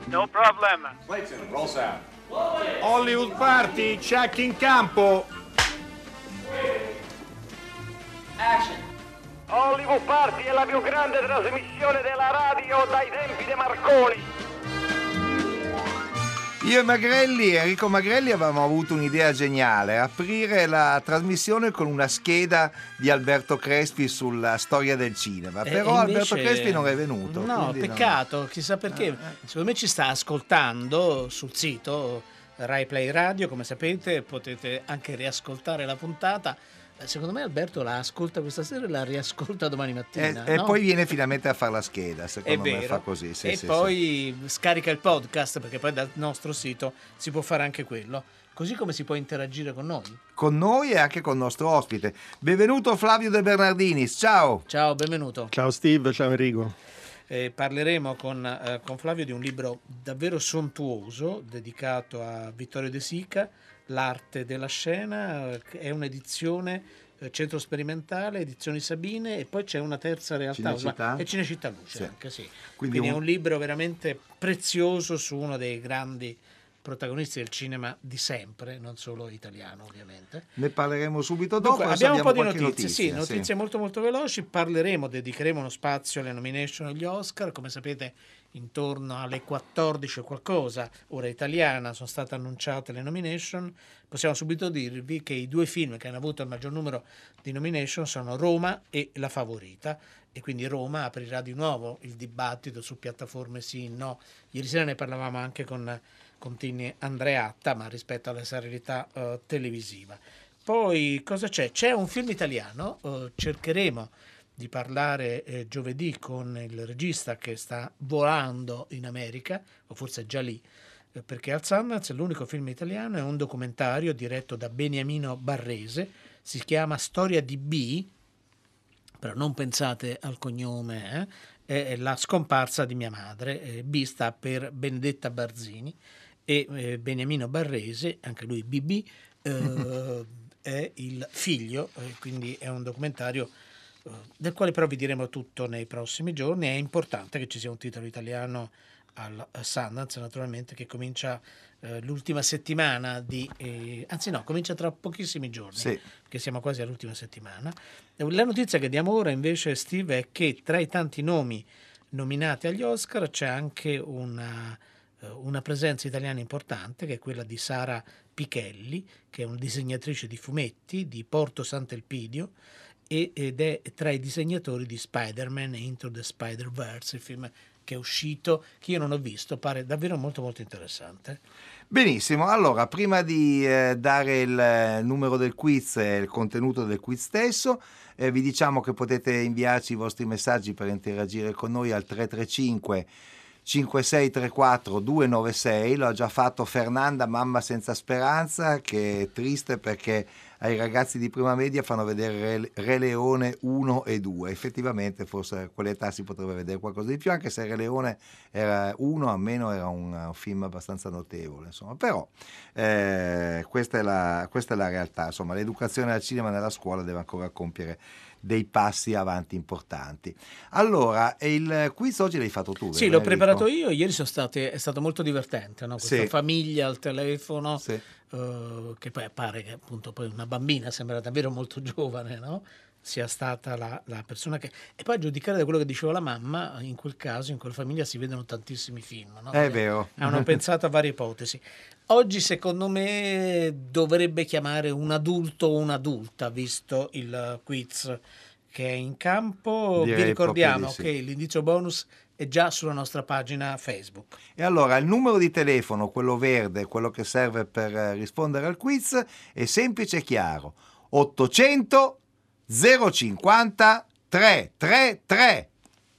No problem. Clayton, roll sound. Hollywood Party, check in campo. Action. Hollywood Party è la più grande trasmissione della radio dai tempi di Marconi. Io e Enrico Magrelli, avevamo avuto un'idea geniale: aprire la trasmissione con una scheda di Alberto Crespi sulla storia del cinema, però invece Alberto Crespi non è venuto. No, peccato, chissà perché. Secondo me ci sta ascoltando sul sito Rai Play Radio, come sapete potete anche riascoltare la puntata. Secondo me Alberto la ascolta questa sera e la riascolta domani mattina. E no? poi viene finalmente a fare la scheda, secondo È me vero. fa così. Sì, e sì, poi scarica il podcast, perché poi dal nostro sito si può fare anche quello. Così come si può interagire con noi. Con noi e anche con il nostro ospite. Benvenuto Flavio De Bernardinis, ciao. Ciao, benvenuto. Ciao Steve, ciao Enrico. Parleremo con Flavio di un libro davvero sontuoso dedicato a Vittorio De Sica, L'arte della scena. È un'edizione Centro Sperimentale, Edizioni Sabine, e poi c'è una terza realtà, è Cinecittà Luce, sì. Anche sì. Quindi è un libro veramente prezioso su uno dei grandi protagonisti del cinema di sempre, non solo italiano ovviamente. Ne parleremo subito dopo. Dunque, abbiamo un po' di qualche notizie, notizie molto molto veloci. Dedicheremo uno spazio alle nomination agli Oscar. Come sapete, intorno alle 14 o qualcosa, ora italiana, sono state annunciate le nomination. Possiamo subito dirvi che i due film che hanno avuto il maggior numero di nomination sono Roma e La Favorita, e quindi Roma aprirà di nuovo il dibattito su piattaforme sì e no. Ieri sera ne parlavamo anche con Tini Andreatta, ma rispetto alla serialità televisiva. Poi cosa c'è? C'è un film italiano, cercheremo di parlare giovedì con il regista che sta volando in America, o forse è già lì, perché al Sundance l'unico film italiano è un documentario diretto da Beniamino Barrese, si chiama Storia di B, però non pensate al cognome, è la scomparsa di mia madre. B sta per Benedetta Barzini, e Beniamino Barrese, anche lui BB, è il figlio, quindi è un documentario del quale però vi diremo tutto nei prossimi giorni. È importante che ci sia un titolo italiano al Sundance, naturalmente, che comincia l'ultima settimana comincia tra pochissimi giorni, sì, che siamo quasi all'ultima settimana. La notizia che diamo ora invece, Steve, è che tra i tanti nomi nominati agli Oscar c'è anche una presenza italiana importante, che è quella di Sara Pichelli, che è una disegnatrice di fumetti di Porto Sant'Elpidio ed è tra i disegnatori di Spider-Man e Into the Spider-Verse, il film che è uscito, che io non ho visto, pare davvero molto molto interessante. Benissimo, allora prima di dare il numero del quiz e il contenuto del quiz stesso, vi diciamo che potete inviarci i vostri messaggi per interagire con noi al 335 5634 296. L'ha già fatto Fernanda, mamma senza speranza, che è triste perché ai ragazzi di prima media fanno vedere Re Leone 1 e 2. Effettivamente forse a quell'età si potrebbe vedere qualcosa di più, anche se Re Leone era 1, almeno era un film abbastanza notevole, insomma. Però questa è la realtà, insomma. L'educazione al cinema nella scuola deve ancora compiere dei passi avanti importanti. Allora, il quiz oggi l'hai fatto tu, sì, l'ho preparato io. Ieri è stato molto divertente, no? Questa famiglia al telefono, sì. Che poi appare che appunto poi una bambina, sembra davvero molto giovane, no? Sia stata la persona che... E poi a giudicare da quello che diceva la mamma, in quel caso, in quella famiglia si vedono tantissimi film, no? È vero. Hanno pensato a varie ipotesi. Oggi secondo me dovrebbe chiamare un adulto o un'adulta, visto il quiz che è in campo. Direi. Vi ricordiamo sì, che l'indizio bonus è già sulla nostra pagina Facebook. E allora il numero di telefono, quello verde, quello che serve per rispondere al quiz, è semplice e chiaro: 800 050 333.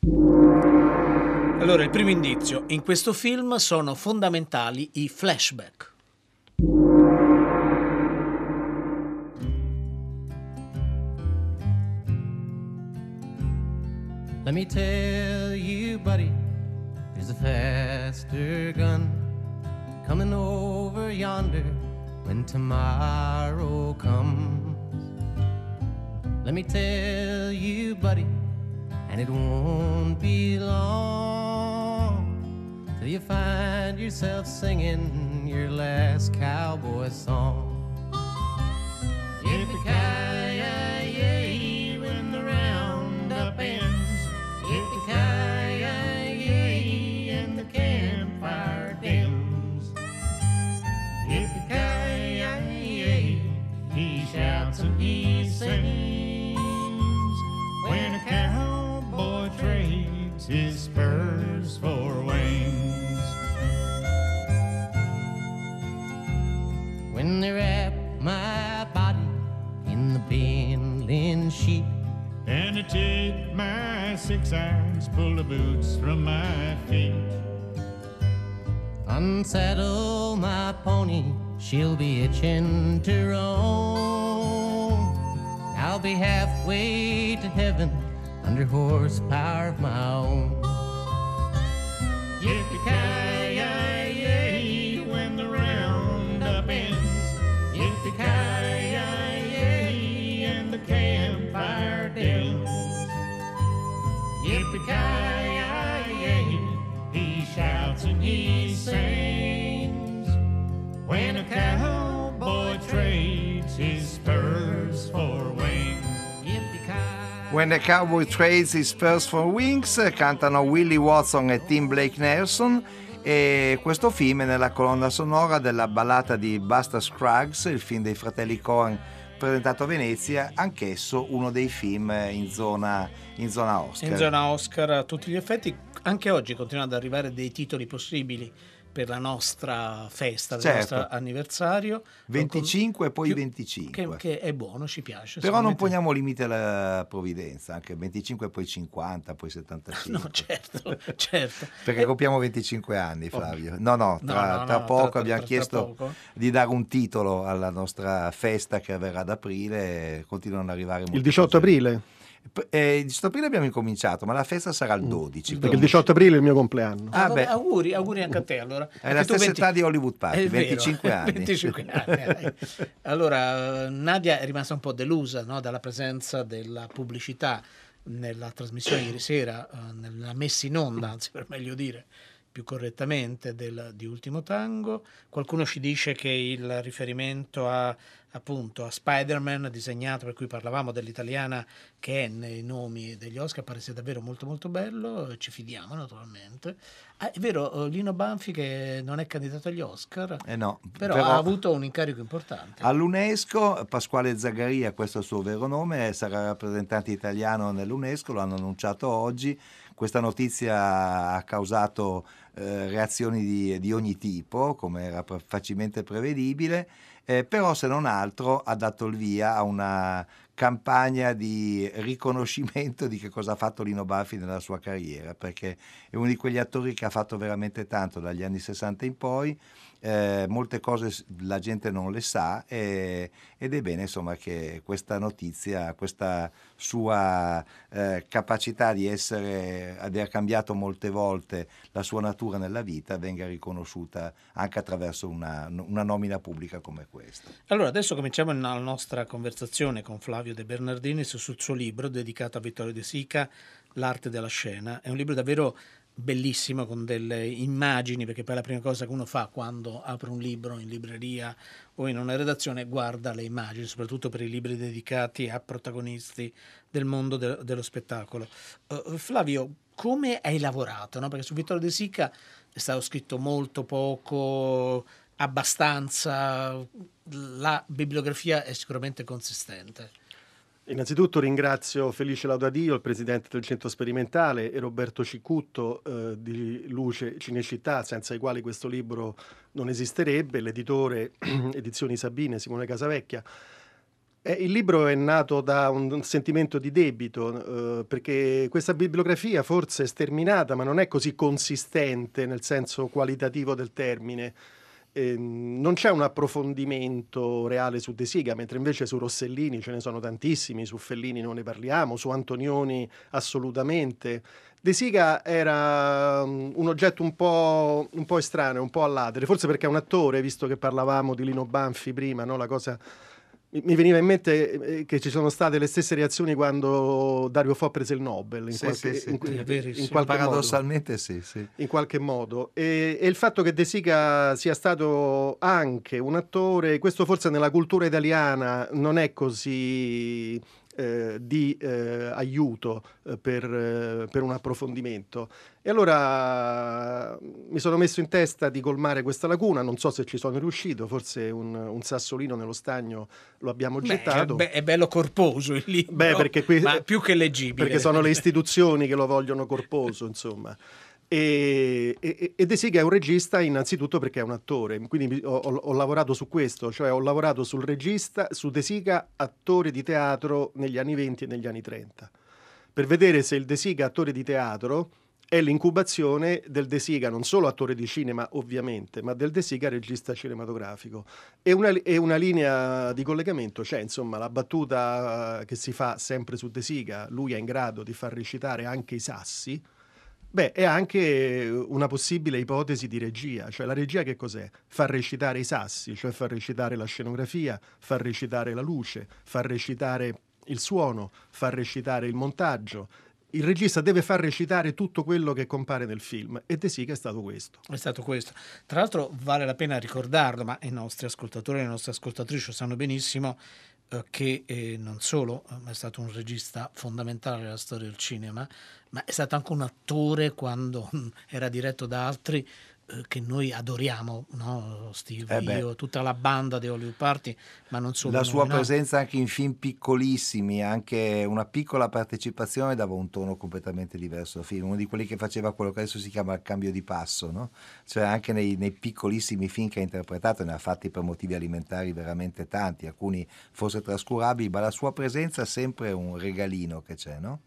Allora, il primo indizio: in questo film sono fondamentali i flashback. Let me tell you, buddy, there's a faster gun coming over yonder when tomorrow comes. Let me tell you, buddy, and it won't be long till you find yourself singing your last cowboy song. Yippee-ki-yay, when the roundup ends. Yippee-ki-yay, and the campfire dims. Yippee-ki-yay, he shouts and he sings. When a cowboy trades his spurs for wings. When they wrap my body in the bindling sheet, and I take my 6 irons, pull the boots from my feet, unsaddle my pony, she'll be itching to roam. I'll be halfway to heaven under horsepower of my own. Yippee-ki-yay, when the roundup ends. Yippee-ki-yay, and the campfire dims. Yippee-ki-yay, he shouts and he sings. When a cowboy trades his spurs for wings. Yippee-ki-yay. When the Cowboy Trades His Spurs for Wings, cantano Willie Watson e Tim Blake Nelson, e questo film è nella colonna sonora della ballata di Buster Scruggs, il film dei fratelli Coen presentato a Venezia, anch'esso uno dei film in zona Oscar. In zona Oscar a tutti gli effetti. Anche oggi continuano ad arrivare dei titoli possibili per la nostra festa, del nostro anniversario. 25 e poi 25. Che è buono, ci piace. Però non poniamo limite alla provvidenza, anche 25 e poi 50, poi 75. No, certo. Perché compiamo 25 anni, Flavio. Tra poco abbiamo chiesto di dare un titolo alla nostra festa che avverrà ad aprile, e continuano ad arrivare il 18 aprile. Il 18 aprile abbiamo incominciato, ma la festa sarà il 12. Perché il 18 aprile è il mio compleanno. Auguri anche a te. Allora. È la stessa età di Hollywood Party, 25 anni. 25 anni. Allora, Nadia è rimasta un po' delusa, no, dalla presenza della pubblicità nella trasmissione ieri sera, nella messa in onda, anzi per meglio dire più correttamente, di Ultimo Tango. Qualcuno ci dice che il riferimento a Spider-Man disegnato, per cui parlavamo dell'italiana che è nei nomi degli Oscar, pare sia davvero molto molto bello, ci fidiamo naturalmente. È vero, Lino Banfi che non è candidato agli Oscar, no, però ha avuto un incarico importante. All'UNESCO, Pasquale Zagaria, questo è il suo vero nome, sarà rappresentante italiano nell'UNESCO, lo hanno annunciato oggi. Questa notizia ha causato reazioni di ogni tipo, come era facilmente prevedibile, però se non altro ha dato il via a una campagna di riconoscimento di che cosa ha fatto Lino Banfi nella sua carriera, perché è uno di quegli attori che ha fatto veramente tanto dagli anni 60 in poi. Molte cose la gente non le sa, ed è bene insomma che questa notizia, questa sua capacità di aver cambiato molte volte la sua natura nella vita, venga riconosciuta anche attraverso una nomina pubblica come questa. Allora adesso cominciamo la nostra conversazione con Flavio De Bernardinis sul suo libro dedicato a Vittorio De Sica, L'arte della scena. È un libro davvero bellissimo, con delle immagini, perché poi la prima cosa che uno fa quando apre un libro in libreria o in una redazione guarda le immagini, soprattutto per i libri dedicati a protagonisti del mondo dello spettacolo. Flavio, come hai lavorato? No? Perché su Vittorio De Sica è stato scritto molto poco, abbastanza, la bibliografia è sicuramente consistente. Innanzitutto ringrazio Felice Laudadio, il presidente del Centro Sperimentale, e Roberto Cicutto di Luce Cinecittà, senza i quali questo libro non esisterebbe, l'editore Edizioni Sabine, Simone Casavecchia. Il libro è nato da un sentimento di debito, perché questa bibliografia forse è sterminata, ma non è così consistente nel senso qualitativo del termine. Non c'è un approfondimento reale su De Sica, mentre invece su Rossellini ce ne sono tantissimi, su Fellini non ne parliamo, su Antonioni assolutamente. De Sica era un oggetto un po' estraneo, un po' all'atere, forse perché è un attore, visto che parlavamo di Lino Banfi prima, no? La cosa Mi veniva in mente che ci sono state le stesse reazioni quando Dario Fo prese il Nobel, in qualche paradossalmente modo. Sì. In qualche modo. E il fatto che De Sica sia stato anche un attore, questo forse nella cultura italiana non è così di aiuto per un approfondimento. E allora mi sono messo in testa di colmare questa lacuna, non so se ci sono riuscito, forse un sassolino nello stagno lo abbiamo gettato. È bello corposo il libro, perché ma più che leggibile. Perché sono le istituzioni che lo vogliono corposo, insomma. E De Sica è un regista innanzitutto perché è un attore, quindi ho lavorato su questo, cioè ho lavorato sul regista, su De Sica attore di teatro negli anni 20 e negli anni 30, per vedere se il De Sica attore di teatro è l'incubazione del De Sica, non solo attore di cinema ovviamente, ma del De Sica regista cinematografico. E una linea di collegamento c'è, insomma, la battuta che si fa sempre su De Sica, lui è in grado di far recitare anche i sassi. È anche una possibile ipotesi di regia, cioè la regia che cos'è? Far recitare i sassi, cioè far recitare la scenografia, far recitare la luce, far recitare il suono, far recitare il montaggio. Il regista deve far recitare tutto quello che compare nel film e De Sica è stato questo. È stato questo. Tra l'altro vale la pena ricordarlo, ma i nostri ascoltatori e le nostre ascoltatrici lo sanno benissimo, che non solo è stato un regista fondamentale nella storia del cinema, ma è stato anche un attore quando era diretto da altri che noi adoriamo, no? Steve, io, tutta la banda di Hollywood Party, ma non solo. La sua noi, presenza anche in film piccolissimi, anche una piccola partecipazione dava un tono completamente diverso al film, uno di quelli che faceva quello che adesso si chiama il cambio di passo, no? Cioè anche nei piccolissimi film che ha interpretato, ne ha fatti per motivi alimentari veramente tanti, alcuni forse trascurabili, ma la sua presenza è sempre un regalino che c'è, no?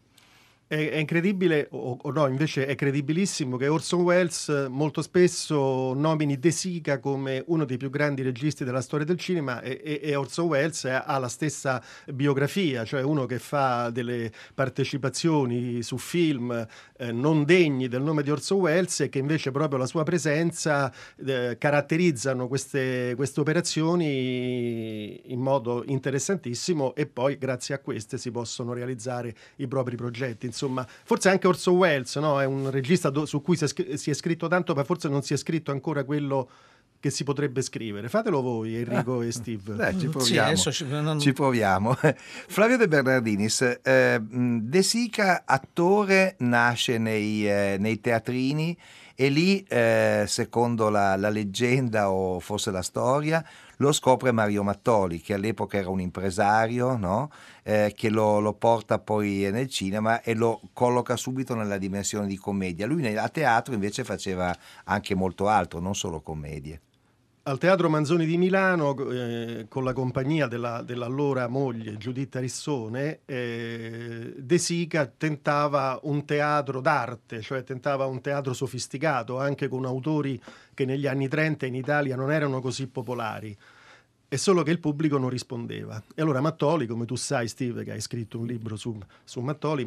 È incredibile, o no, invece è credibilissimo che Orson Welles molto spesso nomini De Sica come uno dei più grandi registi della storia del cinema e Orson Welles ha la stessa biografia, cioè uno che fa delle partecipazioni su film non degni del nome di Orson Welles e che invece proprio la sua presenza caratterizzano queste operazioni in modo interessantissimo e poi grazie a queste si possono realizzare i propri progetti. Insomma, forse anche Orson Welles, no? È un regista su cui si è scritto tanto, ma forse non si è scritto ancora quello che si potrebbe scrivere. Fatelo voi, Enrico e Steve. Ci proviamo. Sì, ci proviamo. Flavio De Bernardinis, De Sica, attore, nasce nei teatrini e lì, secondo la leggenda o forse la storia, lo scopre Mario Mattoli, che all'epoca era un impresario, no? Che lo porta poi nel cinema e lo colloca subito nella dimensione di commedia. Lui a teatro invece faceva anche molto altro, non solo commedie. Al Teatro Manzoni di Milano, con la compagnia dell'allora moglie Giuditta Rissone, De Sica tentava un teatro d'arte, cioè tentava un teatro sofisticato, anche con autori che negli anni 30 in Italia non erano così popolari. È solo che il pubblico non rispondeva. E allora Mattoli, come tu sai Steve, che hai scritto un libro su Mattoli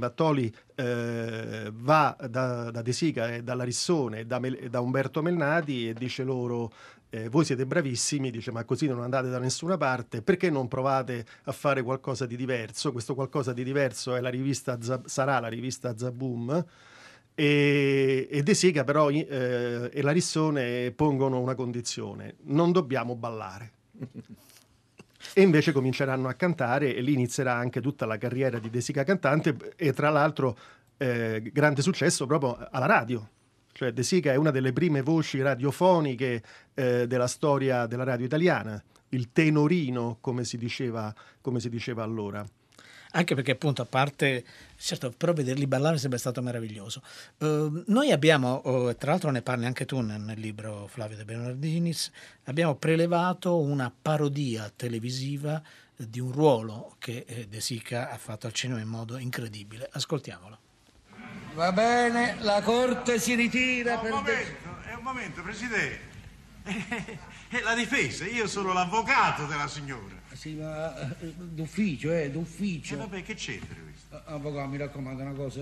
va da De Sica e dalla Rissone e da Umberto Melnati e dice loro voi siete bravissimi, dice, ma così non andate da nessuna parte, perché non provate a fare qualcosa di diverso? Questo qualcosa di diverso è sarà la rivista Zaboom. E De Sica però e la Rissone pongono una condizione: non dobbiamo ballare. E invece cominceranno a cantare e lì inizierà anche tutta la carriera di De Sica cantante e tra l'altro grande successo proprio alla radio. Cioè De Sica è una delle prime voci radiofoniche della storia della radio italiana, il tenorino come si diceva allora. Anche perché appunto, a parte, certo, però vederli ballare è sempre stato meraviglioso. Noi abbiamo, tra l'altro ne parli anche tu nel libro Flavio De Bernardinis, abbiamo prelevato una parodia televisiva di un ruolo che De Sica ha fatto al cinema in modo incredibile. Ascoltiamolo. Va bene, la corte si ritira. Un momento, Presidente. È la difesa, io sono l'avvocato della signora. Sì, ma d'ufficio, d'ufficio. Vabbè, che c'entra questo? Avvocato, mi raccomando una cosa.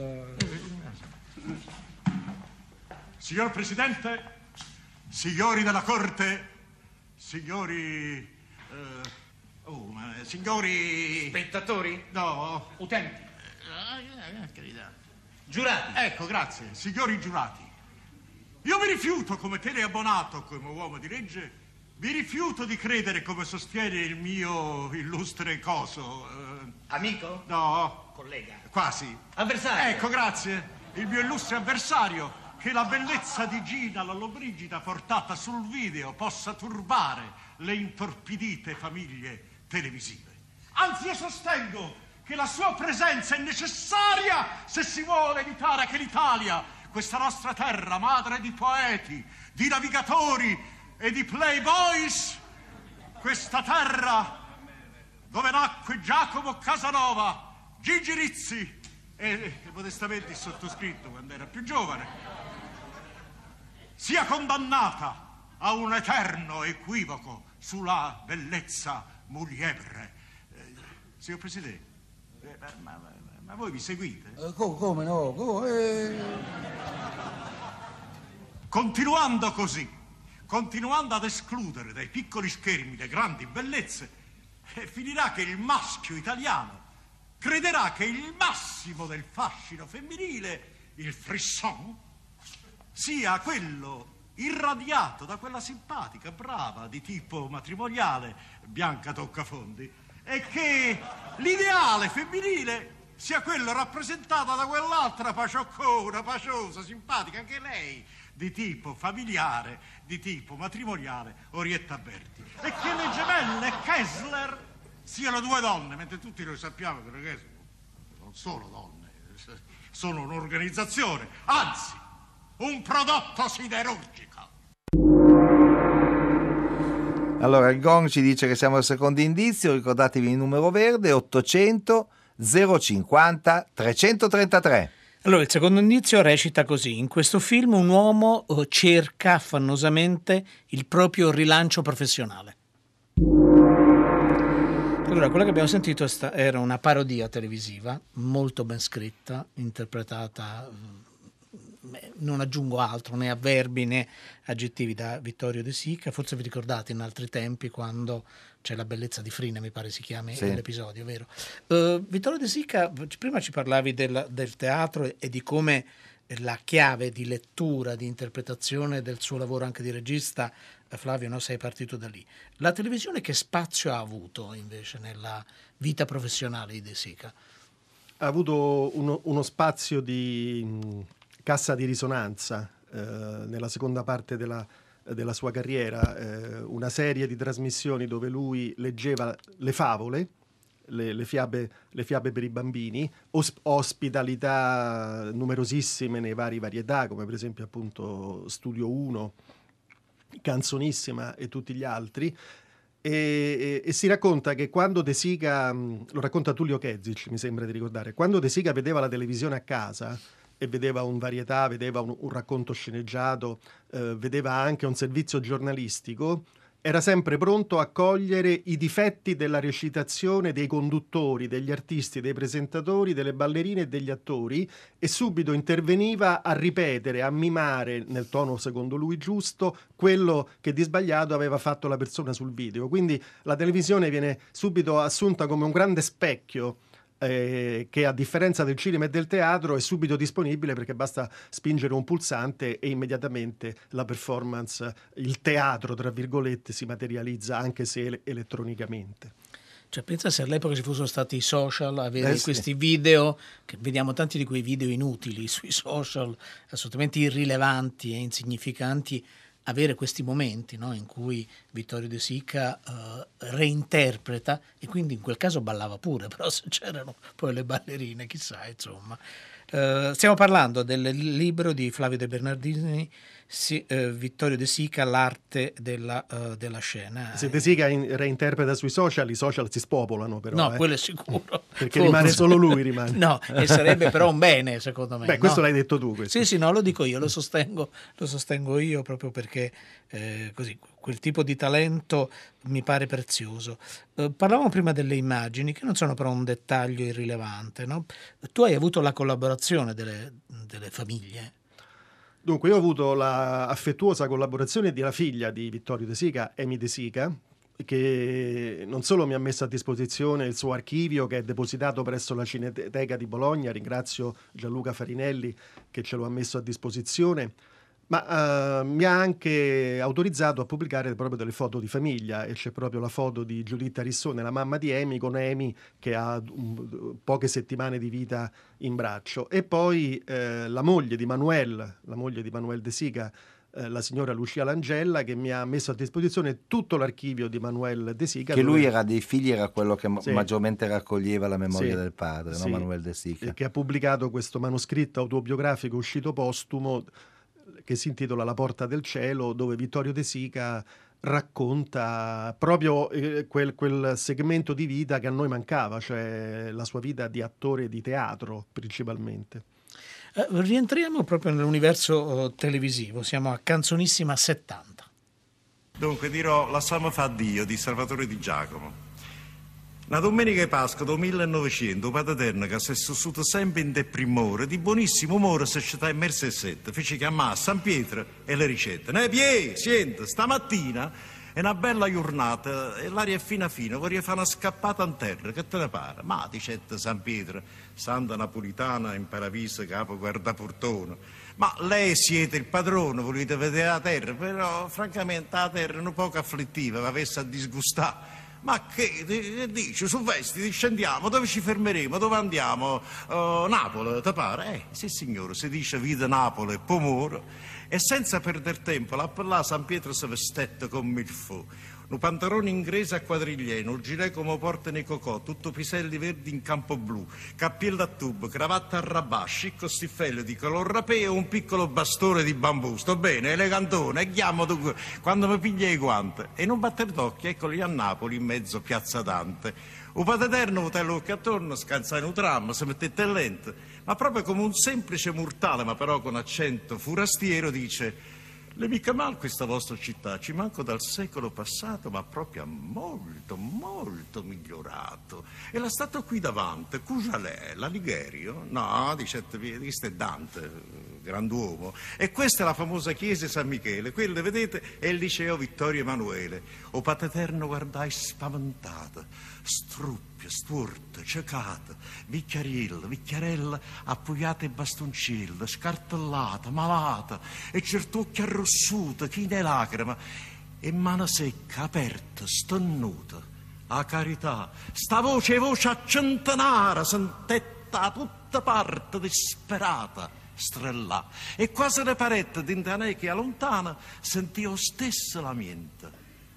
Signor Presidente, signori della Corte, signori... ma signori... Spettatori? No. Utenti? Carità. Giurati? Ecco, grazie. Signori giurati, io mi rifiuto, come teleabbonato, come uomo di legge, mi rifiuto di credere, come sostiene il mio illustre coso. Amico? No. Collega? Quasi. Avversario? Ecco, grazie. Il mio illustre avversario, che la bellezza di Gina la Lollobrigida portata sul video possa turbare le intorpidite famiglie televisive. Anzi, io sostengo che la sua presenza è necessaria se si vuole evitare che l'Italia, questa nostra terra, madre di poeti, di navigatori e di playboys, questa terra dove nacque Giacomo Casanova, Gigi Rizzi e modestamente il sottoscritto quando era più giovane, sia condannata a un eterno equivoco sulla bellezza muliebre. Signor Presidente, ma voi mi seguite? Come no? Continuando così, continuando ad escludere dai piccoli schermi le grandi bellezze, finirà che il maschio italiano crederà che il massimo del fascino femminile, il frisson, sia quello irradiato da quella simpatica, brava, di tipo matrimoniale, Bianca Toccafondi, e che l'ideale femminile sia quello rappresentato da quell'altra pacioccona, paciosa, simpatica, anche lei, di tipo familiare, di tipo matrimoniale, Orietta Berti. E che le gemelle Kessler siano due donne, mentre tutti noi sappiamo che le Kessler non sono donne, sono un'organizzazione, anzi, un prodotto siderurgico. Allora, il gong ci dice che siamo al secondo indizio, ricordatevi il numero verde, 800 050 333. Allora, il secondo indizio recita così: in questo film un uomo cerca affannosamente il proprio rilancio professionale. Allora, quella che abbiamo sentito era una parodia televisiva, molto ben scritta, interpretata, non aggiungo altro, né avverbi né aggettivi, da Vittorio De Sica. Forse vi ricordate in altri tempi quando c'è La bellezza di Frina, mi pare si chiami l'episodio, vero? Vittorio De Sica, prima ci parlavi del teatro e di come la chiave di lettura, di interpretazione del suo lavoro anche di regista, Flavio, no? Sei partito da lì. La televisione che spazio ha avuto invece nella vita professionale di De Sica? Ha avuto uno spazio di cassa di risonanza nella seconda parte della sua carriera, una serie di trasmissioni dove lui leggeva le favole, le fiabe per i bambini, ospitalità numerosissime nei vari varietà, come per esempio appunto Studio 1, Canzonissima e tutti gli altri. E si racconta che quando De Sica, lo racconta Tullio Kezic, mi sembra di ricordare, quando De Sica vedeva la televisione a casa e vedeva un varietà, vedeva un racconto sceneggiato, vedeva anche un servizio giornalistico, era sempre pronto a cogliere i difetti della recitazione dei conduttori, degli artisti, dei presentatori, delle ballerine e degli attori, e subito interveniva a ripetere, a mimare, nel tono secondo lui giusto, quello che di sbagliato aveva fatto la persona sul video. Quindi la televisione viene subito assunta come un grande specchio, che a differenza del cinema e del teatro è subito disponibile, perché basta spingere un pulsante e immediatamente la performance, il teatro tra virgolette, si materializza, anche se elettronicamente. Cioè, pensa se all'epoca ci fossero stati i social, avere questi video, che vediamo tanti di quei video inutili sui social, assolutamente irrilevanti e insignificanti, avere questi momenti, no, in cui Vittorio De Sica reinterpreta, e quindi in quel caso ballava pure, però se c'erano poi le ballerine, chissà, insomma. Stiamo parlando del libro di Flavio De Bernardini, Vittorio De Sica, l'arte della scena. Se De Sica reinterpreta sui social, i social si spopolano però. No, quello è sicuro. Perché rimane solo lui, rimane. No, e sarebbe però un bene, secondo me. Beh, questo l'hai detto tu. Questo. Sì, no, lo dico io, lo sostengo io, proprio perché così, quel tipo di talento mi pare prezioso. Parlavamo prima delle immagini, che non sono però un dettaglio irrilevante, no? Tu hai avuto la collaborazione delle famiglie. Dunque, io ho avuto la affettuosa collaborazione della figlia di Vittorio De Sica, Amy De Sica, che non solo mi ha messo a disposizione il suo archivio, che è depositato presso la Cineteca di Bologna, ringrazio Gianluca Farinelli che ce lo ha messo a disposizione, ma mi ha anche autorizzato a pubblicare proprio delle foto di famiglia, e c'è proprio la foto di Giuditta Rissone, la mamma di Amy, con Amy che ha poche settimane di vita in braccio, e poi la moglie di Manuel De Sica, la signora Lucia Langella, che mi ha messo a disposizione tutto l'archivio di Manuel De Sica. Che lui era dei figli, era quello che Sì. maggiormente raccoglieva la memoria Sì. del padre, Sì. no? Manuel De Sica. Che ha pubblicato questo manoscritto autobiografico uscito postumo che si intitola La porta del cielo, dove Vittorio De Sica racconta proprio quel segmento di vita che a noi mancava, cioè la sua vita di attore di teatro principalmente. Rientriamo proprio nell'universo televisivo, siamo a Canzonissima 70. Dunque dirò Lasciamo fa Dio di Salvatore Di Giacomo. Una domenica di Pasqua del 1900, padre Eterno, che si è sussuto sempre in te primore, di buonissimo umore, se ci sta immerso e sette, fece chiamare a San Pietro e le ricette. Pie, senti, stamattina è una bella giornata e l'aria è fina fina, vorrei fare una scappata in terra, che te ne pare? Ma, dicette San Pietro, santa napolitana in paradiso, capo guardaportone. Ma lei siete il padrone, volete vedere la terra, però francamente la terra è un poco afflittiva, vi avesse a disgustare. Ma che dici, su Vesti, scendiamo, dove ci fermeremo, dove andiamo? Napoli, te pare? Sì signore, si dice vita Napoli e Pomoro. E senza perdere tempo, là San Pietro si vestette con milfò. Un pantalone inglese a quadriglieno, un gilet come portano i cocò, tutto piselli verdi in campo blu, cappiello a tubo, cravatta a rabà, scicco stiffello di color rapé e un piccolo bastone di bambù. Sto bene, elegantone, e chiamo quando mi piglia i guanti. E in un batter d'occhio, eccoli a Napoli, in mezzo piazza Dante. Un padre eterno, votello l'occhio attorno, scansa in un tram, si mettette lente, ma proprio come un semplice mortale, ma però con accento furastiero, dice: le mica mal questa vostra città, ci manco dal secolo passato, ma proprio molto, molto migliorato. E la statua qui davanti, cosa l'è? L'Alighiero? No, dice, questo è Dante, grand'uomo. E questa è la famosa chiesa San Michele, quella, vedete, è il liceo Vittorio Emanuele. O Padre Eterno, guardai spaventata, struppia, sturta, ciecata, vicchiarella, appoggiata e bastoncella, scartellata, malata, e cert'occhio arrossuta, chine lacrime, e mano secca, aperta, stannuta. A carità, sta voce a centenara, sentetta a tutta parte, disperata, strellà. E quasi le parette d'intanè che allontana, sentio stesso la mente.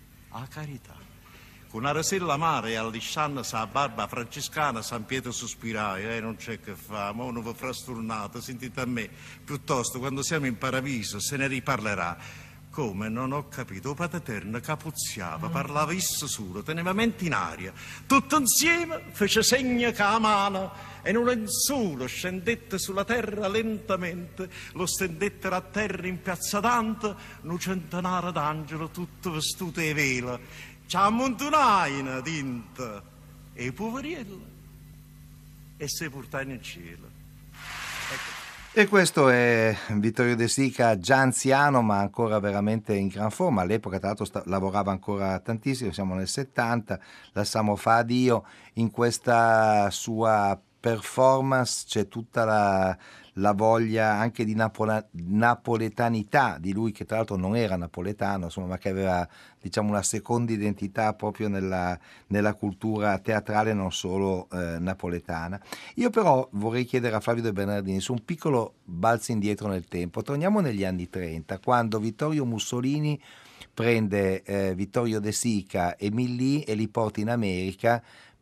A carità. Con una rasella amara e allisciando sa barba francescana, San Pietro sospirai, non c'è che fa, ma uno va frastornato, sentite a me, piuttosto quando siamo in paradiso se ne riparlerà. Come non ho capito, Padre Eterno capuzziava, parlava esso solo, teneva mente in aria, tutto insieme fece segno che la mano e in un lenzuolo scendette sulla terra lentamente, lo stendettero a terra in piazza Dante, un centenario d'angelo tutto vestuto e vela. C'ha ammontunaina dinta e poveriella e si portai nel cielo. Ecco. E questo è Vittorio De Sica, già anziano ma ancora veramente in gran forma. All'epoca tra l'altro lavorava ancora tantissimo, siamo nel 70, Lasciamo fa Dio. In questa sua performance c'è tutta la voglia anche di napoletanità di lui, che tra l'altro non era napoletano, insomma, ma che aveva, diciamo, una seconda identità proprio nella cultura teatrale, non solo napoletana. Io però vorrei chiedere a Flavio De Bernardini su un piccolo balzo indietro nel tempo. Torniamo negli anni 30, quando Vittorio Mussolini prende Vittorio De Sica e Millì e li porta in America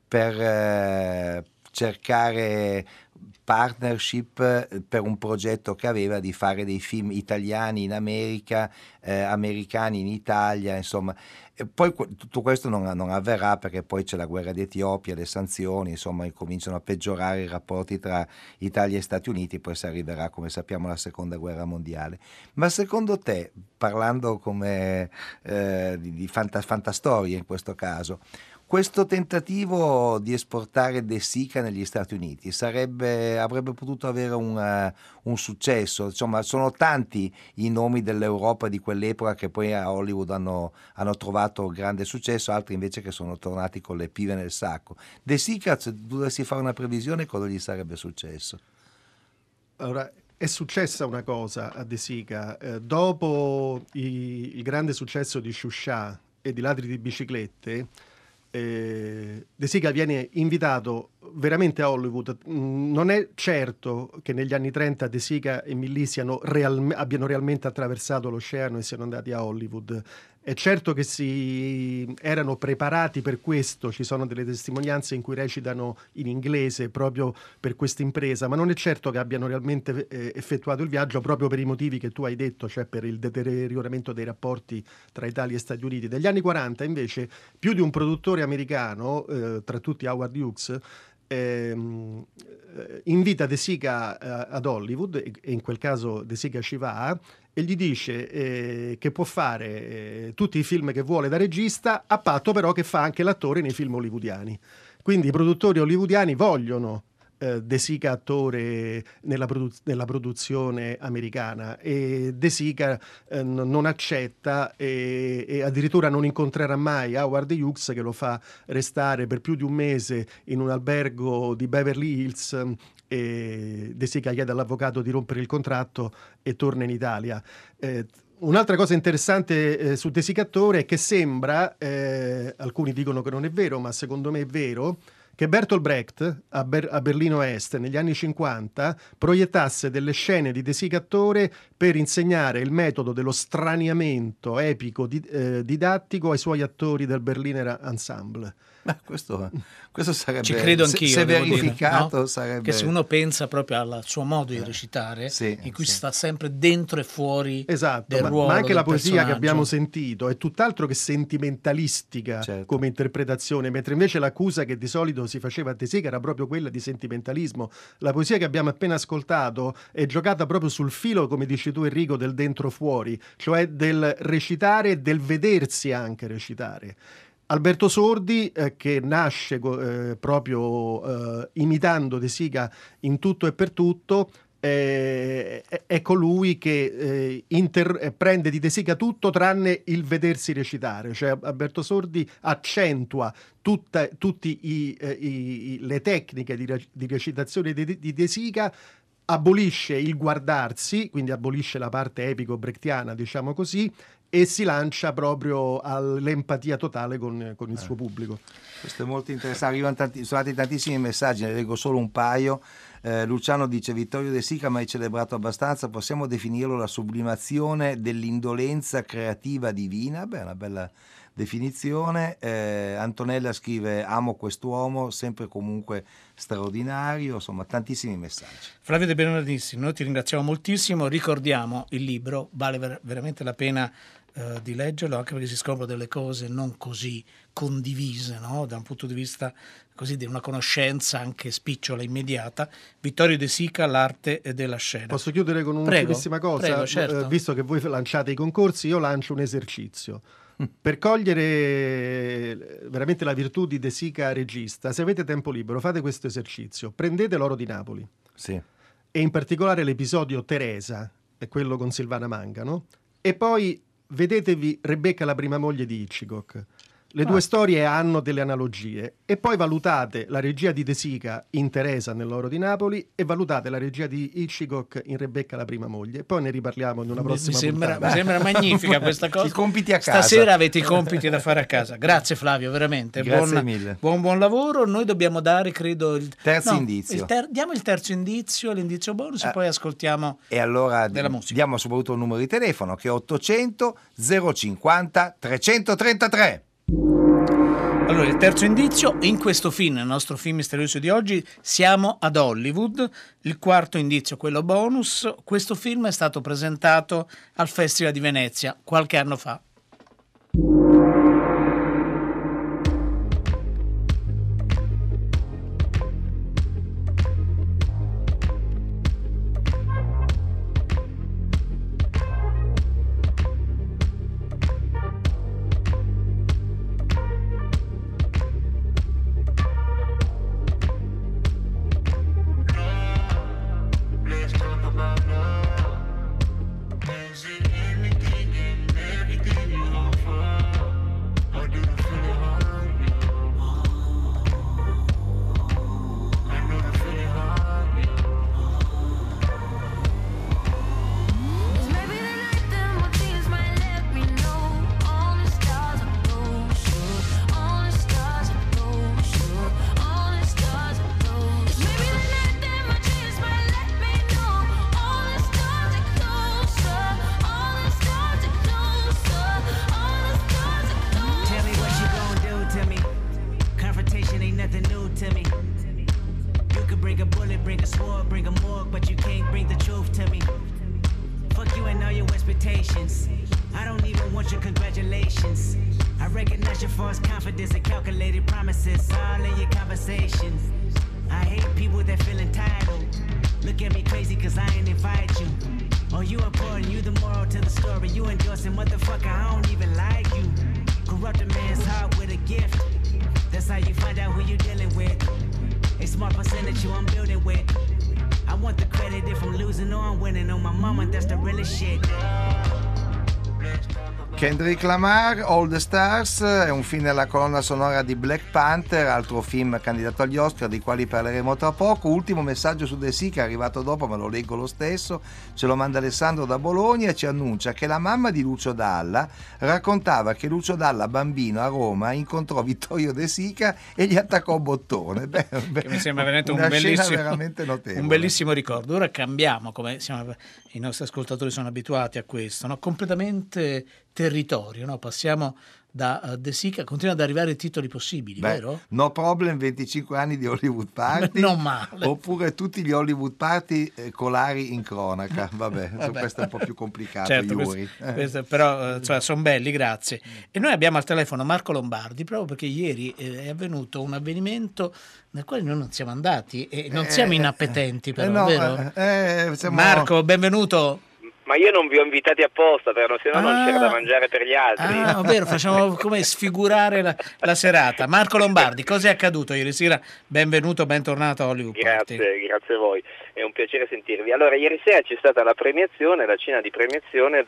per cercare partnership per un progetto che aveva di fare dei film italiani in America, americani in Italia, insomma. E poi tutto questo non avverrà perché poi c'è la guerra d'Etiopia, le sanzioni, insomma, incominciano a peggiorare i rapporti tra Italia e Stati Uniti, poi si arriverà, come sappiamo, alla seconda guerra mondiale. Ma secondo te, parlando come di fantastorie in questo caso, questo tentativo di esportare De Sica negli Stati Uniti sarebbe avrebbe potuto avere un successo. Insomma, sono tanti i nomi dell'Europa di quell'epoca che poi a Hollywood hanno trovato grande successo, altri invece che sono tornati con le pive nel sacco. De Sica, se dovessi fare una previsione, cosa gli sarebbe successo? Allora, è successa una cosa a De Sica. Dopo il grande successo di Shusha e di Ladri di biciclette, De Sica viene invitato veramente a Hollywood. Non è certo che negli anni 30 De Sica e Millì abbiano realmente attraversato l'oceano e siano andati a Hollywood. È certo che si erano preparati per questo, ci sono delle testimonianze in cui recitano in inglese proprio per questa impresa, ma non è certo che abbiano realmente effettuato il viaggio proprio per i motivi che tu hai detto, cioè per il deterioramento dei rapporti tra Italia e Stati Uniti. Negli anni 40 invece più di un produttore americano, tra tutti Howard Hughes, invita De Sica ad Hollywood, e in quel caso De Sica ci va, e gli dice che può fare tutti i film che vuole da regista, a patto però che fa anche l'attore nei film hollywoodiani. Quindi i produttori hollywoodiani vogliono De Sica attore nella produzione americana, e De Sica non accetta e addirittura non incontrerà mai Howard Hughes, che lo fa restare per più di un mese in un albergo di Beverly Hills, e De Sica chiede all'avvocato di rompere il contratto e torna in Italia. Un'altra cosa interessante su De Sica attore è che sembra, alcuni dicono che non è vero, ma secondo me è vero, che Bertolt Brecht a Berlino Est negli anni 50 proiettasse delle scene di De Sica attore per insegnare il metodo dello straniamento epico didattico ai suoi attori del Berliner Ensemble. Questo sarebbe, ci credo anch'io, se verificato, dire, no? sarebbe... Che se uno pensa proprio al suo modo di recitare, in cui sta sempre dentro e fuori del ruolo, ma anche la poesia personaggio che abbiamo sentito è tutt'altro che sentimentalistica, come interpretazione, mentre invece l'accusa che di solito si faceva a De Sica era proprio quella di sentimentalismo. La poesia che abbiamo appena ascoltato è giocata proprio sul filo, come dici tu Enrico, del dentro fuori, cioè del recitare e del vedersi anche recitare. Alberto Sordi, che nasce proprio imitando De Sica in tutto e per tutto, è colui che prende di De Sica tutto tranne il vedersi recitare. Cioè Alberto Sordi accentua tutte le tecniche di recitazione di De Sica, abolisce il guardarsi, quindi abolisce la parte epico-brechtiana, diciamo così, e si lancia proprio all'empatia totale con il suo pubblico. Questo è molto interessante. Sono arrivati tantissimi messaggi, ne leggo solo un paio. Luciano dice: Vittorio De Sica mai celebrato abbastanza, possiamo definirlo la sublimazione dell'indolenza creativa divina? Beh, una bella definizione. Antonella scrive: amo quest'uomo, sempre e comunque straordinario. Insomma, tantissimi messaggi. Flavio De Bernardissi, noi ti ringraziamo moltissimo, ricordiamo il libro, vale veramente la pena di leggerlo, anche perché si scoprono delle cose non così condivise, no? Da un punto di vista così di una conoscenza anche spicciola, immediata. Vittorio De Sica, l'arte della scena. Posso chiudere con un'ultimissima cosa? Prego, certo. Visto che voi lanciate i concorsi, io lancio un esercizio. Per cogliere veramente la virtù di De Sica regista, se avete tempo libero, fate questo esercizio. Prendete L'oro di Napoli, e in particolare l'episodio Teresa, è quello con Silvana Mangano, e poi vedetevi Rebecca, la prima moglie di Hitchcock. Le due storie hanno delle analogie, e poi valutate la regia di De Sica in Teresa nell'Oro di Napoli e valutate la regia di Hitchcock in Rebecca, la prima moglie, e poi ne riparliamo in una prossima puntata. Mi sembra magnifica questa cosa. I compiti a casa. Stasera avete i compiti da fare a casa. Grazie Flavio, veramente. Grazie mille. Buon lavoro. Noi dobbiamo dare, credo, il terzo indizio. Diamo il terzo indizio, l'indizio bonus, e poi ascoltiamo e allora della musica. Diamo soprattutto il numero di telefono, che è 800 050 333. Allora, il terzo indizio: in questo film, nel nostro film misterioso di oggi, siamo ad Hollywood. Il quarto indizio, quello bonus: questo film è stato presentato al Festival di Venezia qualche anno fa. patience. I recognize your false confidence and calculated promises all in your conversation. I hate people that feel entitled. Look at me crazy cause I ain't invite you. Oh, you important, you the moral to the story. You endorsing, motherfucker, I don't even like you. Corrupt a man's heart with a gift. That's how you find out who you dealing with. A small percentage you I'm building with. I want the credit if I'm losing or I'm winning. On my mama, that's the realest shit. Kendrick Lamar, All the Stars, è un film nella colonna sonora di Black Panther, altro film candidato agli Oscar di quali parleremo tra poco. Ultimo messaggio su The Sea che è arrivato dopo, ma lo leggo lo stesso, ce lo manda Alessandro da Bologna e ci annuncia che la mamma di Lucio Dalla raccontava che Lucio Dalla bambino a Roma incontrò Vittorio De Sica e gli attaccò bottone. Beh, che mi sembra veramente veramente notevole. Un bellissimo ricordo. Ora cambiamo, come i nostri ascoltatori sono abituati a questo, no? Completamente territorio, no? Passiamo da De Sica, continuano ad arrivare i titoli possibili, vero? No Problem, 25 anni di Hollywood Party. Non male. Oppure tutti gli Hollywood Party colari in cronaca. Vabbè. Questo è un po' più complicato, certo, Yuri. Questo, però sono belli, grazie. E noi abbiamo al telefono Marco Lombardi, proprio perché ieri è avvenuto un avvenimento nel quale noi non siamo andati e non siamo inappetenti, però, vero? Marco, benvenuto. Ma io non vi ho invitati apposta, perché se no non c'era da mangiare per gli altri. Ah, vero, facciamo come sfigurare la serata. Marco Lombardi, cosa è accaduto ieri sera? Benvenuto, bentornato a Hollywood Party. Grazie a voi, è un piacere sentirvi. Allora, ieri sera c'è stata la cena di premiazione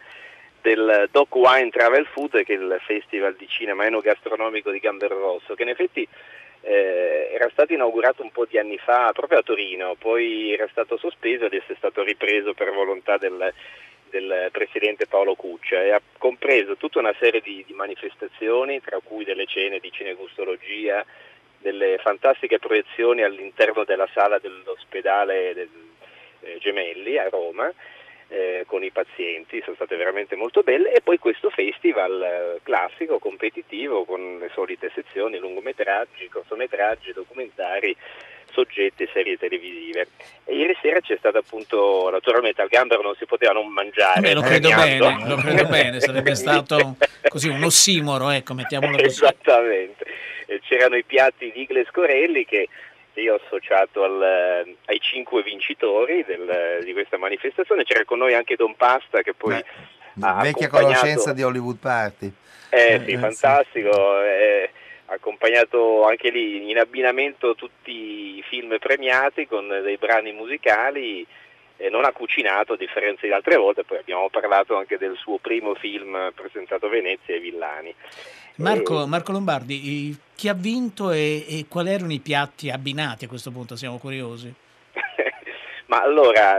del Doc Wine Travel Food, che è il festival di cinema enogastronomico di Gamberrosso, che in effetti era stato inaugurato un po' di anni fa proprio a Torino, poi era stato sospeso e adesso è stato ripreso per volontà del presidente Paolo Cuccia e ha compreso tutta una serie di manifestazioni, tra cui delle cene di cinegustologia, delle fantastiche proiezioni all'interno della sala dell'ospedale Gemelli a Roma, con i pazienti, sono state veramente molto belle, e poi questo festival classico, competitivo, con le solite sezioni, lungometraggi, cortometraggi, documentari, soggetti e serie televisive. E ieri sera c'è stato appunto, naturalmente al Gambero non si poteva non mangiare. Lo credo bene, sarebbe stato così un ossimoro, ecco, mettiamolo così. Esattamente. C'erano i piatti di Igles Corelli che io ho associato ai 5 vincitori di questa manifestazione. C'era con noi anche Don Pasta, che poi ha vecchia conoscenza di Hollywood Party. Sì, fantastico. Ha accompagnato anche lì in abbinamento tutti i film premiati con dei brani musicali. Non ha cucinato a differenza di altre volte, poi abbiamo parlato anche del suo primo film presentato a Venezia, I Villani. Marco Lombardi, chi ha vinto e quali erano i piatti abbinati a questo punto? Siamo curiosi. Ma allora,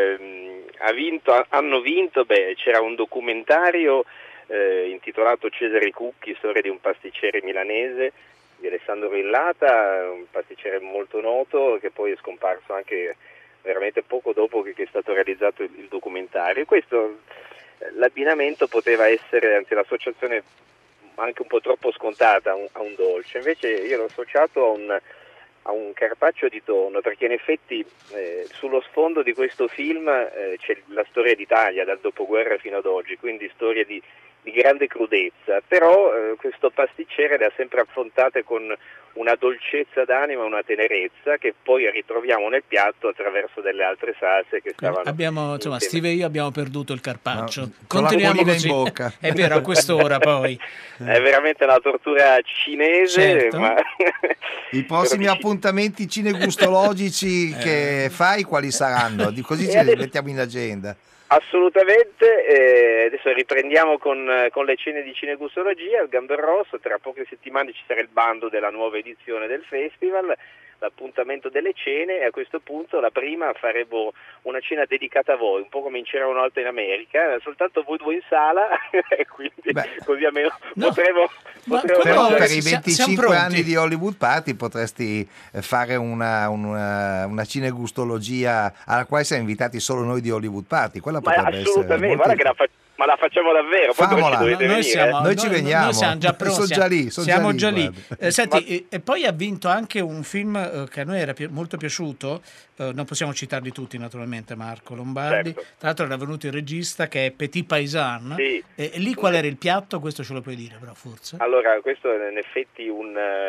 hanno vinto, c'era un documentario intitolato Cesare Cucchi, storia di un pasticcere milanese, di Alessandro Villata, un pasticcere molto noto che poi è scomparso anche veramente poco dopo che è stato realizzato il documentario. Questo, l'abbinamento poteva essere, anzi l'associazione anche un po' troppo scontata a un dolce, invece io l'ho associato a un carpaccio di tonno, perché in effetti sullo sfondo di questo film c'è la storia d'Italia dal dopoguerra fino ad oggi, quindi storia di grande crudezza, però questo pasticcere le ha sempre affrontate con una dolcezza d'anima, una tenerezza che poi ritroviamo nel piatto attraverso delle altre salse che stavano insieme. Steve e io abbiamo perduto il carpaccio. No, continuiamo così. In bocca. È vero, a quest'ora poi. È veramente una tortura cinese, certo. Ma i prossimi appuntamenti cinegustologici che fai quali saranno? Così ci li mettiamo in agenda. Assolutamente, adesso riprendiamo con le cene di cinegustologia al Gamberrosso. Tra poche settimane ci sarà il bando della nuova edizione del festival, l'appuntamento delle cene, e a questo punto la prima faremo una cena dedicata a voi, un po' come in C'era una volta in America, soltanto voi due in sala e quindi così almeno potremo però per i 25 anni di Hollywood Party potresti fare una cinegustologia alla quale siamo invitati solo noi di Hollywood Party. Quella potrebbe assolutamente, essere guarda che Ma la facciamo davvero? Poi però ci dovete venire. Noi ci veniamo. Noi siamo già pronti. Siamo già lì. Senti, Ma... e poi ha vinto anche un film che a noi era molto piaciuto, non possiamo citarli tutti naturalmente, Marco Lombardi. Certo. Tra l'altro era venuto il regista che è Petit Paysan. Sì. E lì qual era il piatto? Questo ce lo puoi dire però forse? Allora, questo è in effetti un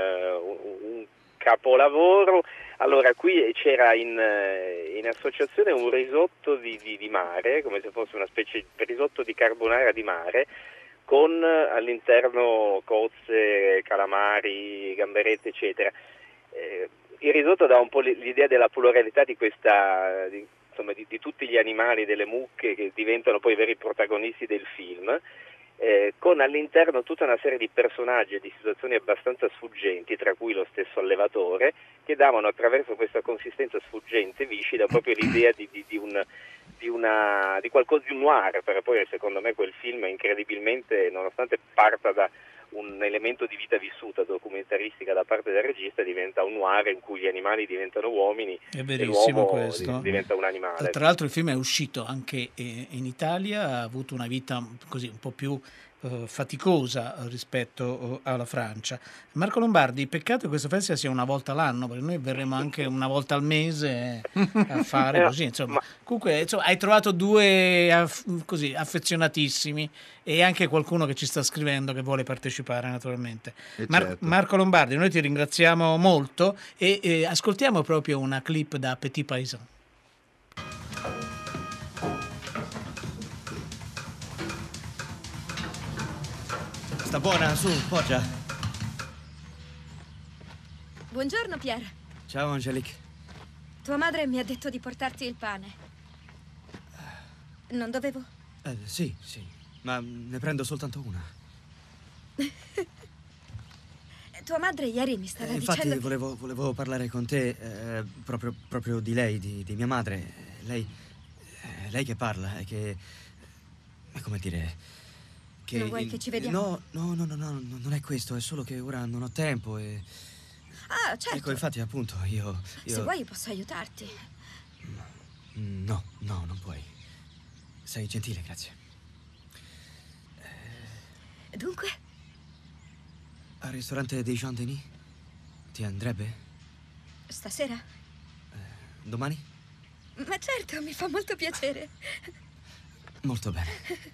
capolavoro. Allora, qui c'era in associazione un risotto di mare, come se fosse una specie di risotto di carbonara di mare, con all'interno cozze, calamari, gamberette, eccetera. Il risotto dà un po' l'idea della pluralità di questa, di tutti gli animali, delle mucche che diventano poi i veri protagonisti del film. Con all'interno tutta una serie di personaggi e di situazioni abbastanza sfuggenti, tra cui lo stesso allevatore, che davano attraverso questa consistenza sfuggente, viscida, proprio l'idea di qualcosa di un noir, per poi secondo me quel film incredibilmente, nonostante parta da un elemento di vita vissuta documentaristica da parte del regista, diventa un noir in cui gli animali diventano uomini è verissimo, e l'uomo questo diventa un animale. Tra l'altro il film è uscito anche in Italia, ha avuto una vita così un po' più faticosa rispetto alla Francia. Marco Lombardi, peccato che questo festival sia una volta l'anno, perché noi verremo anche una volta al mese a fare così, insomma. Comunque hai trovato due così affezionatissimi e anche qualcuno che ci sta scrivendo che vuole partecipare naturalmente. Certo. Marco Lombardi, noi ti ringraziamo molto e ascoltiamo proprio una clip da Petit Paysan. Sta buona, su, poggia. Buongiorno, Pierre. Ciao, Angelique. Tua madre mi ha detto di portarti il pane. Non dovevo? Sì, ma ne prendo soltanto una. Tua madre ieri mi stava Infatti, dicendo che... volevo parlare con te proprio di lei, di mia madre. Lei che parla e che... è come dire... Non vuoi che ci vediamo? No, non è questo, è solo che ora non ho tempo e... Ah, certo. Ecco, infatti, appunto, io... Se vuoi posso aiutarti. No, non puoi. Sei gentile, grazie. Dunque? Al ristorante dei Jean Denis? Ti andrebbe? Stasera? Domani? Ma certo, mi fa molto piacere. Molto bene.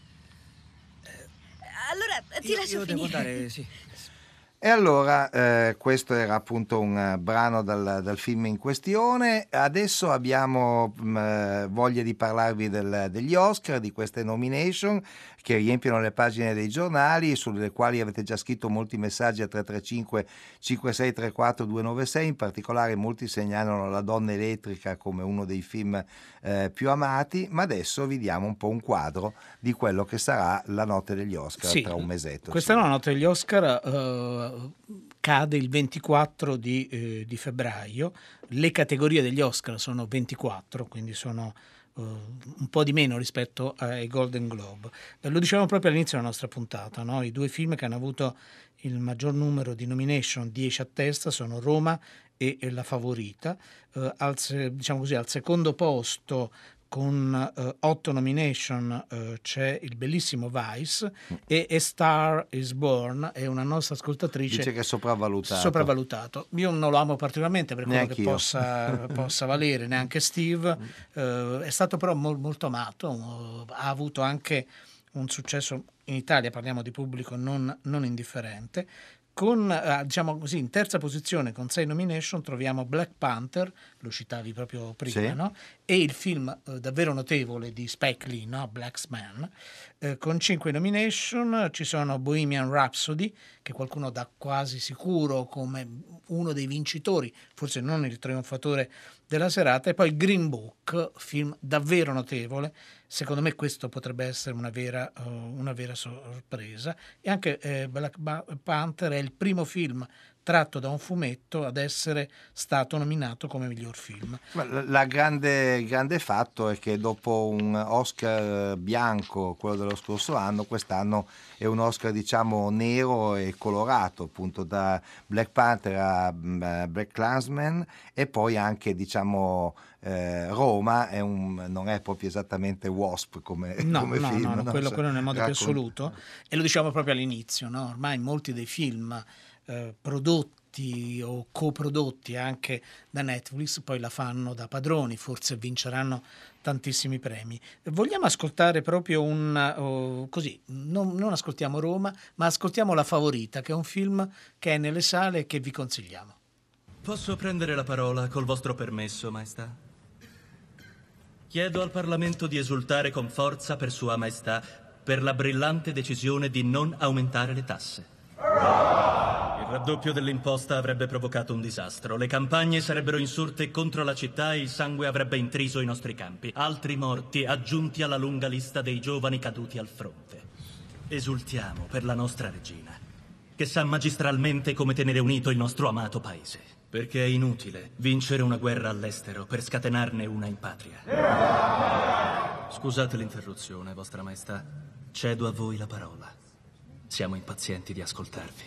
Allora, ti lascio finire. Devo andare, sì. E allora questo era appunto un brano dal film in questione. Adesso abbiamo voglia di parlarvi degli Oscar, di queste nomination che riempiono le pagine dei giornali, sulle quali avete già scritto molti messaggi a 335 5634 296. In particolare molti segnalano La donna elettrica come uno dei film più amati, ma adesso vi diamo un po' un quadro di quello che sarà la notte degli Oscar tra un mesetto. Questa la notte degli Oscar cade il 24 di febbraio. Le categorie degli Oscar sono 24, quindi sono un po' di meno rispetto ai Golden Globe. Lo dicevamo proprio all'inizio della nostra puntata, no? I due film che hanno avuto il maggior numero di nomination, 10 a testa, sono Roma e La Favorita. Al secondo posto con 8 nomination c'è il bellissimo Vice e A Star is Born, è una nostra ascoltatrice. Dice che è sopravvalutato. Io non lo amo particolarmente per quello che possa valere, neanche Steve. È stato però molto amato, ha avuto anche un successo in Italia, parliamo di pubblico non indifferente. Con, diciamo così, in terza posizione con 6 nomination troviamo Black Panther, lo citavi proprio prima, sì, no? E il film davvero notevole di Spike Lee, no? Blacksman. Con 5 nomination ci sono Bohemian Rhapsody, che qualcuno dà quasi sicuro come uno dei vincitori, forse non il trionfatore della serata, e poi Green Book, film davvero notevole. Secondo me questo potrebbe essere una vera sorpresa. E anche Black Panther è il primo film tratto da un fumetto ad essere stato nominato come miglior film. Il grande fatto è che dopo un Oscar bianco, quello dello scorso anno, quest'anno è un Oscar diciamo nero e colorato, appunto da Black Panther a BlacKkKlansman, e poi anche diciamo Roma non è proprio esattamente Wasp come film. No, quello nel modo più assoluto, e lo diciamo proprio all'inizio, no? Ormai molti dei film prodotti o coprodotti anche da Netflix poi la fanno da padroni, forse vinceranno tantissimi premi. Vogliamo ascoltare proprio così, non ascoltiamo Roma, ma ascoltiamo La Favorita, che è un film che è nelle sale e che vi consigliamo. Posso prendere la parola col vostro permesso, Maestà? Chiedo al Parlamento di esultare con forza per Sua Maestà per la brillante decisione di non aumentare le tasse. Il raddoppio dell'imposta avrebbe provocato un disastro. Le campagne sarebbero insorte contro la città e il sangue avrebbe intriso i nostri campi. Altri morti aggiunti alla lunga lista dei giovani caduti al fronte. Esultiamo per la nostra regina, che sa magistralmente come tenere unito il nostro amato paese. Perché è inutile vincere una guerra all'estero per scatenarne una in patria. Scusate l'interruzione, Vostra Maestà. Cedo a voi la parola. Siamo impazienti di ascoltarvi.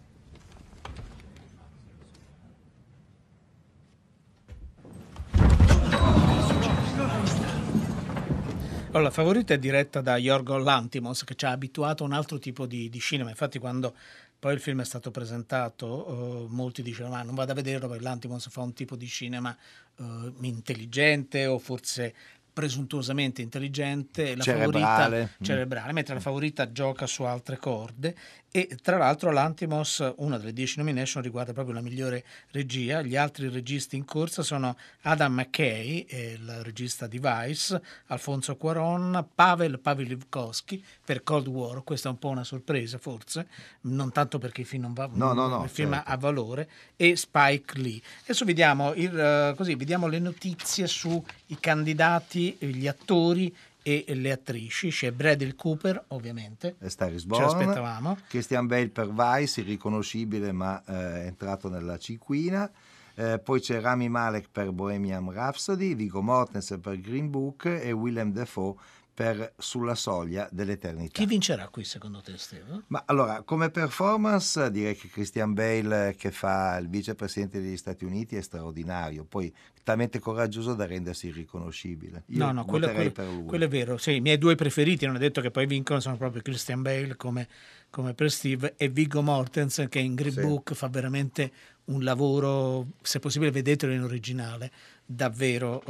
Allora, La Favorita è diretta da Yorgos Lanthimos, che ci ha abituato a un altro tipo di cinema. Infatti quando poi il film è stato presentato, molti dicevano ma non vado a vederlo perché Lanthimos fa un tipo di cinema intelligente o forse presuntuosamente intelligente, cerebrale, mentre La Favorita gioca su altre corde. E tra l'altro Lanthimos, una delle 10 nomination riguarda proprio la migliore regia. Gli altri registi in corsa sono Adam McKay, il regista di Vice, Alfonso Cuarón, Pavel Pawlikowski per Cold War. Questa è un po' una sorpresa forse, non tanto perché il film non va, il film certo. ha valore, e Spike Lee. Adesso vediamo le notizie sui candidati, gli attori e le attrici. C'è Bradley Cooper, ovviamente, Star is ce Born, l'aspettavamo. Christian Bale per Vice, irriconoscibile ma è entrato nella cinquina. Poi c'è Rami Malek per Bohemian Rhapsody, Viggo Mortensen per Green Book e Willem Dafoe per Sulla soglia dell'eternità. Chi vincerà qui secondo te, Stefano? Ma allora, come performance direi che Christian Bale, che fa il vicepresidente degli Stati Uniti, è straordinario, poi talmente coraggioso da rendersi irriconoscibile. Io voterei per lui. Quello è vero, sì, i miei due preferiti, non è detto che poi vincono, sono proprio Christian Bale come per Steve e Viggo Mortensen, che in Green Book fa veramente un lavoro, se possibile vedetelo in originale, davvero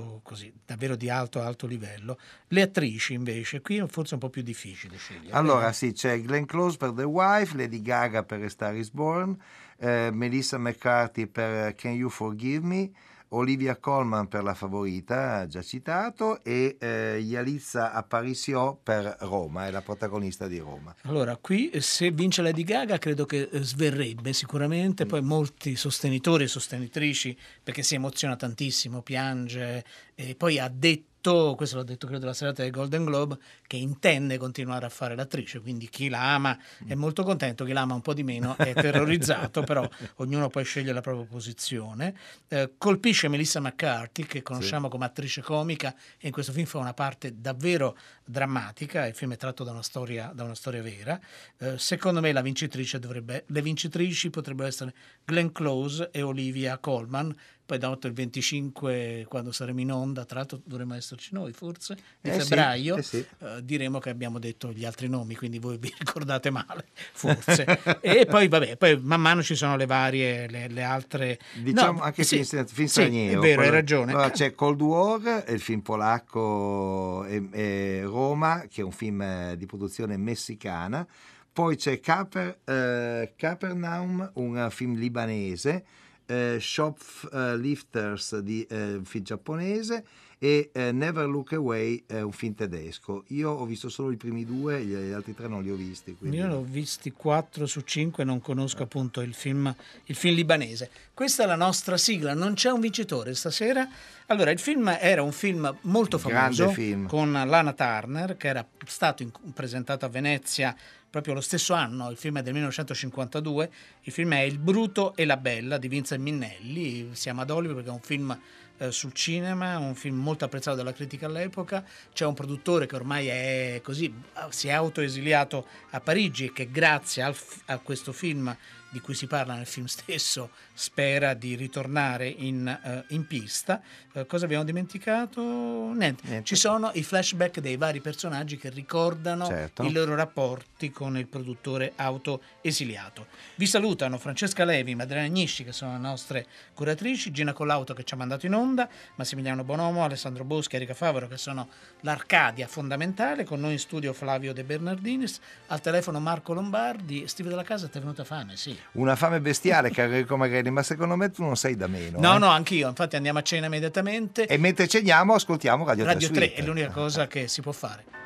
di alto livello. Le attrici invece qui è forse un po' più difficile scegliere. Allora sì, c'è Glenn Close per The Wife, Lady Gaga per A Star is Born, Melissa McCarthy per Can You Forgive Me, Olivia Colman per La Favorita, già citato, e Yalitza Aparicio per Roma, è la protagonista di Roma. Allora, qui se vince Lady Gaga credo che sverrebbe sicuramente, poi molti sostenitori e sostenitrici, perché si emoziona tantissimo, piange, e poi ha detto, questo l'ha detto credo la serata del Golden Globe, che intende continuare a fare l'attrice, quindi chi la ama è molto contento, chi la ama un po' di meno è terrorizzato, però ognuno poi sceglie la propria posizione. Colpisce Melissa McCarthy, che conosciamo come attrice comica, e in questo film fa una parte davvero drammatica. Il film è tratto da una storia vera. Secondo me le vincitrici potrebbero essere Glenn Close e Olivia Colman. Poi dato il 25, quando saremo in onda, tra l'altro dovremmo esserci noi forse, di febbraio, diremo che abbiamo detto gli altri nomi, quindi voi vi ricordate male, forse. E poi poi man mano ci sono le varie, le altre... Diciamo anche film straniero. È vero, hai ragione. Allora, c'è Cold War, il film polacco, e Roma, che è un film di produzione messicana. Poi c'è Capernaum, un film libanese, Shoplifters di un film giapponese, e Never Look Away è un film tedesco. Io ho visto solo i primi due, gli altri tre non li ho visti. Quindi... Io ne ho visti 4 su 5, non conosco appunto il film libanese. Questa è la nostra sigla, non c'è un vincitore stasera. Allora, il film era un film molto famoso, con Lana Turner, che era stato presentato a Venezia proprio lo stesso anno, il film è del 1952, il film è Il Bruto e la Bella di Vincent Minnelli. Siamo ad Hollywood perché è un film sul cinema, un film molto apprezzato dalla critica all'epoca. C'è un produttore che ormai è così, si è autoesiliato a Parigi e che grazie a questo film di cui si parla nel film stesso spera di ritornare in pista. Cosa abbiamo dimenticato? Niente. Ci sono i flashback dei vari personaggi che ricordano i loro rapporti con il produttore autoesiliato. Vi salutano Francesca Levi, Madalena Agnisci, che sono le nostre curatrici, Gina Collauto che ci ha mandato in onda, Massimiliano Bonomo, Alessandro Boschi, Erika Favaro che sono l'Arcadia fondamentale, con noi in studio Flavio De Bernardinis, al telefono Marco Lombardi. Steve della Casa, ti è venuta fame? Sì. Una fame bestiale, caro Magari, ma secondo me tu non sei da meno. No, anch'io, infatti andiamo a cena immediatamente. E mentre ceniamo ascoltiamo Radio 3 Radio 3 è l'unica cosa che si può fare.